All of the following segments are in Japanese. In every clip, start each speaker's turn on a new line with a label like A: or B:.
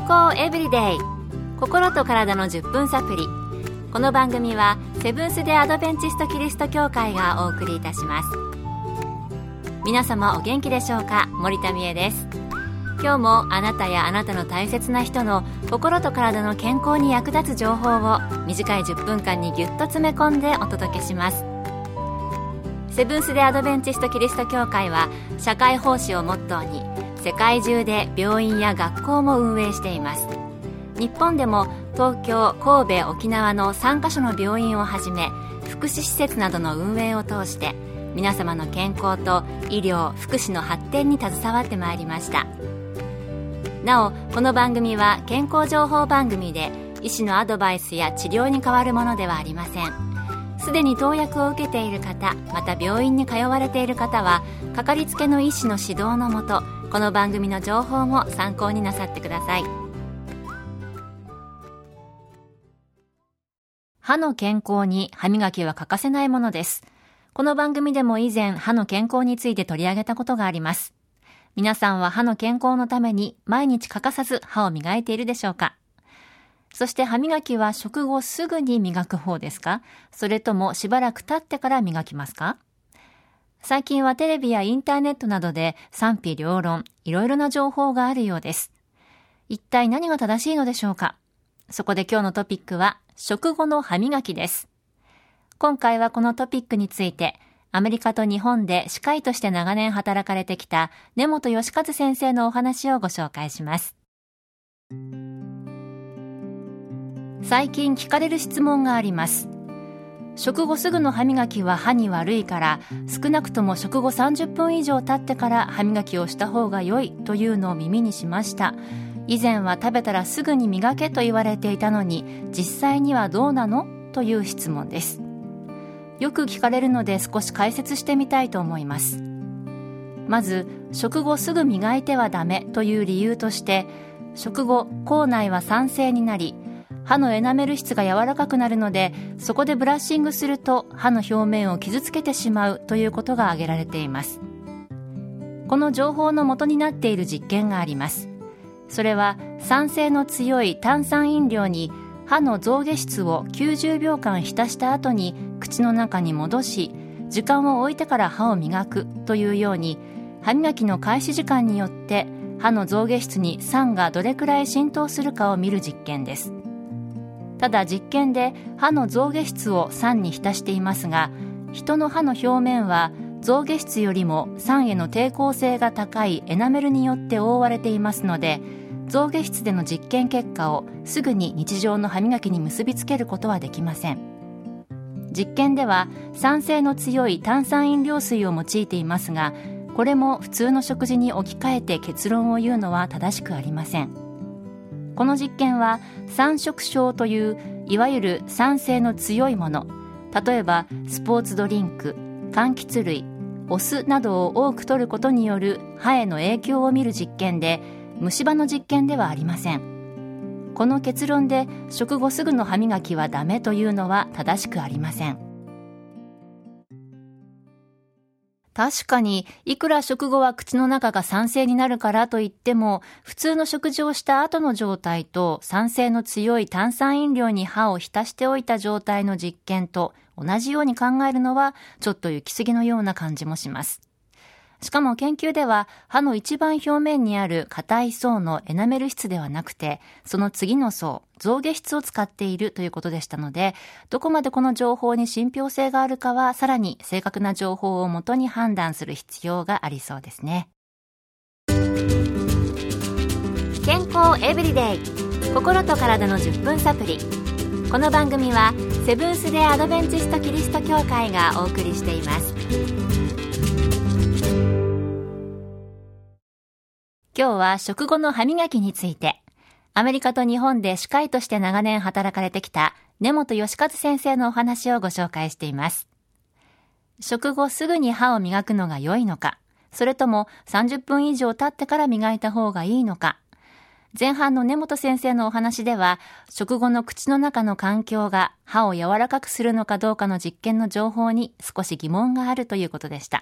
A: 康エブリデイ、心と体の10分サプリ。この番組はセブンス・デ・アドベンチスト・キリスト教会がお送りいたします。皆様お元気でしょうか。森田美恵です。今日もあなたやあなたの大切な人の心と体の健康に役立つ情報を短い10分間にぎゅっと詰め込んでお届けします。セブンス・デ・アドベンチスト・キリスト教会は社会奉仕をモットーに世界中で病院や学校も運営しています。日本でも東京、神戸、沖縄の3カ所の病院をはじめ福祉施設などの運営を通して皆様の健康と医療・福祉の発展に携わってまいりました。なお、この番組は健康情報番組で医師のアドバイスや治療に代わるものではありません。すでに投薬を受けている方、また病院に通われている方はかかりつけの医師の指導のもと、この番組の情報も参考になさってください。歯の健康に歯磨きは欠かせないものです。この番組でも以前歯の健康について取り上げたことがあります。皆さんは歯の健康のために毎日欠かさず歯を磨いているでしょうか。そして歯磨きは食後すぐに磨く方ですか、それともしばらく経ってから磨きますか。最近はテレビやインターネットなどで賛否両論、いろいろな情報があるようです。一体何が正しいのでしょうか。そこで今日のトピックは食後の歯磨きです。今回はこのトピックについてアメリカと日本で歯科医として長年働かれてきた根本義和先生のお話をご紹介します。最近聞かれる質問があります。食後すぐの歯磨きは歯に悪いから少なくとも食後30分以上経ってから歯磨きをした方が良いというのを耳にしました。以前は食べたらすぐに磨けと言われていたのに実際にはどうなのという質問です。よく聞かれるので少し解説してみたいと思います。まず食後すぐ磨いてはダメという理由として、食後口内は酸性になり歯のエナメル質が柔らかくなるので、そこでブラッシングすると歯の表面を傷つけてしまうということが挙げられています。この情報の元になっている実験があります。それは酸性の強い炭酸飲料に歯の象牙質を90秒間浸した後に口の中に戻し、時間を置いてから歯を磨くというように、歯磨きの開始時間によって歯の象牙質に酸がどれくらい浸透するかを見る実験です。ただ実験で歯の象牙質を酸に浸していますが、人の歯の表面は象牙質よりも酸への抵抗性が高いエナメルによって覆われていますので、象牙質での実験結果をすぐに日常の歯磨きに結びつけることはできません。実験では酸性の強い炭酸飲料水を用いていますが、これも普通の食事に置き換えて結論を言うのは正しくありません。この実験は酸食症といういわゆる酸性の強いもの、例えばスポーツドリンク、柑橘類、お酢などを多く摂ることによる歯への影響を見る実験で、虫歯の実験ではありません。この結論で食後すぐの歯磨きはダメというのは正しくありません。確かにいくら食後は口の中が酸性になるからといっても、普通の食事をした後の状態と酸性の強い炭酸飲料に歯を浸しておいた状態の実験と同じように考えるのはちょっと行き過ぎのような感じもします。しかも研究では歯の一番表面にある硬い層のエナメル質ではなくて、その次の層、象牙質を使っているということでしたので、どこまでこの情報に信憑性があるかはさらに正確な情報をもとに判断する必要がありそうですね。健康エブリデイ、心と体の10分サプリ。この番組はセブンス・デ・アドベンチスト・キリスト教会がお送りしています。今日は食後の歯磨きについて、アメリカと日本で歯科医として長年働かれてきた根本義和先生のお話をご紹介しています。食後すぐに歯を磨くのが良いのか、それとも30分以上経ってから磨いた方がいいのか。前半の根本先生のお話では、食後の口の中の環境が歯を柔らかくするのかどうかの実験の情報に少し疑問があるということでした。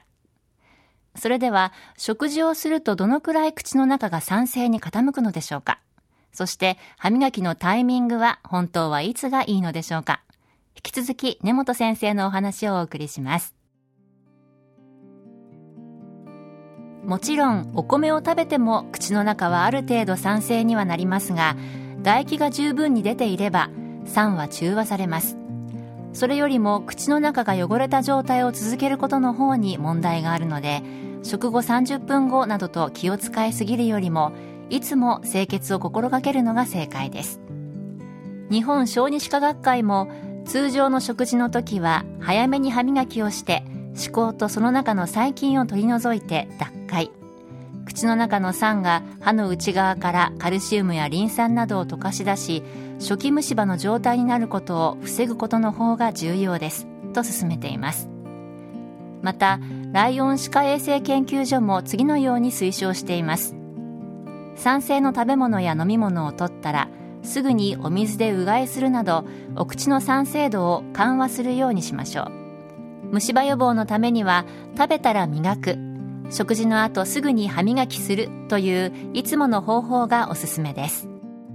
A: それでは食事をするとどのくらい口の中が酸性に傾くのでしょうか。 そして歯磨きのタイミングは本当はいつがいいのでしょうか。引き続き根本先生のお話をお送りします。もちろんお米を食べても口の中はある程度酸性にはなりますが、唾液が十分に出ていれば酸は中和されます。それよりも口の中が汚れた状態を続けることの方に問題があるので、食後30分後などと気を使いすぎるよりも、いつも清潔を心がけるのが正解です。日本小児歯科学会も、通常の食事の時は早めに歯磨きをして歯垢とその中の細菌を取り除いて脱灰、口の中の酸が歯の内側からカルシウムやリン酸などを溶かし出し、初期虫歯の状態になることを防ぐことの方が重要ですと勧めています。またライオン歯科衛生研究所も次のように推奨しています。酸性の食べ物や飲み物を取ったらすぐにお水でうがいするなど、お口の酸性度を緩和するようにしましょう。虫歯予防のためには、食べたら磨く、食事の後すぐに歯磨きするといういつもの方法がおすすめです。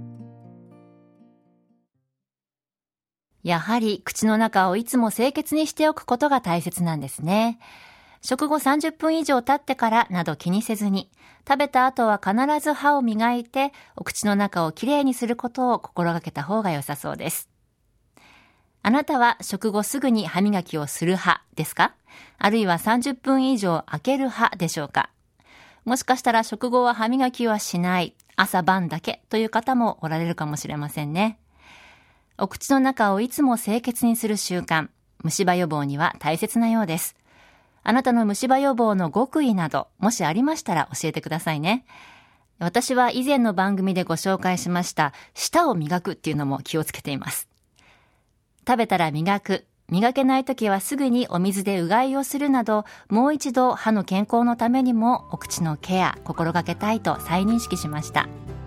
A: やはり口の中をいつも清潔にしておくことが大切なんですね。食後30分以上経ってからなど気にせずに、食べた後は必ず歯を磨いてお口の中をきれいにすることを心がけた方が良さそうです。あなたは食後すぐに歯磨きをする派ですか？あるいは30分以上空ける派でしょうか？もしかしたら食後は歯磨きはしない、朝晩だけという方もおられるかもしれませんね。お口の中をいつも清潔にする習慣、虫歯予防には大切なようです。あなたの虫歯予防の極意など、もしありましたら教えてくださいね。私は以前の番組でご紹介しました舌を磨くっていうのも気をつけています。食べたら磨く、磨けないときはすぐにお水でうがいをするなど、もう一度歯の健康のためにもお口のケア心がけたいと再認識しました。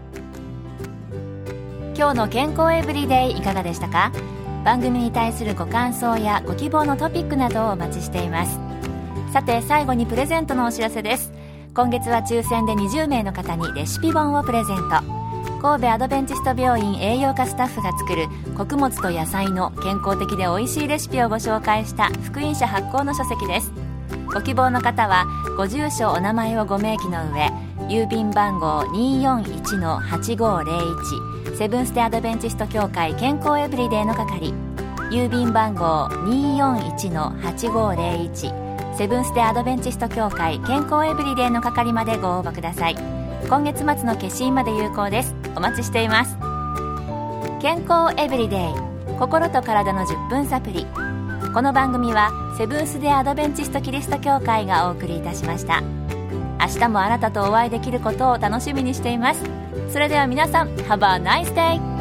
A: 今日の健康エブリデイいかがでしたか？番組に対するご感想やご希望のトピックなどをお待ちしています。さて最後にプレゼントのお知らせです。今月は抽選で20名の方にレシピ本をプレゼント。神戸アドベンチスト病院栄養科スタッフが作る穀物と野菜の健康的で美味しいレシピをご紹介した福音社発行の書籍です。ご希望の方はご住所お名前をご明記の上、郵便番号 241-8501 セブンス・デ・アドベンチスト協会健康エブリデイの係、郵便番号 241-8501セブンス・デ・アドベンチスト協会健康エブリデイの係までご応募ください。今月末の消印まで有効です。お待ちしています。健康エブリデイ、心と体の10分サプリ。この番組はセブンス・デ・アドベンチストキリスト教会がお送りいたしました。明日もあなたとお会いできることを楽しみにしています。それでは皆さん、Have a nice day!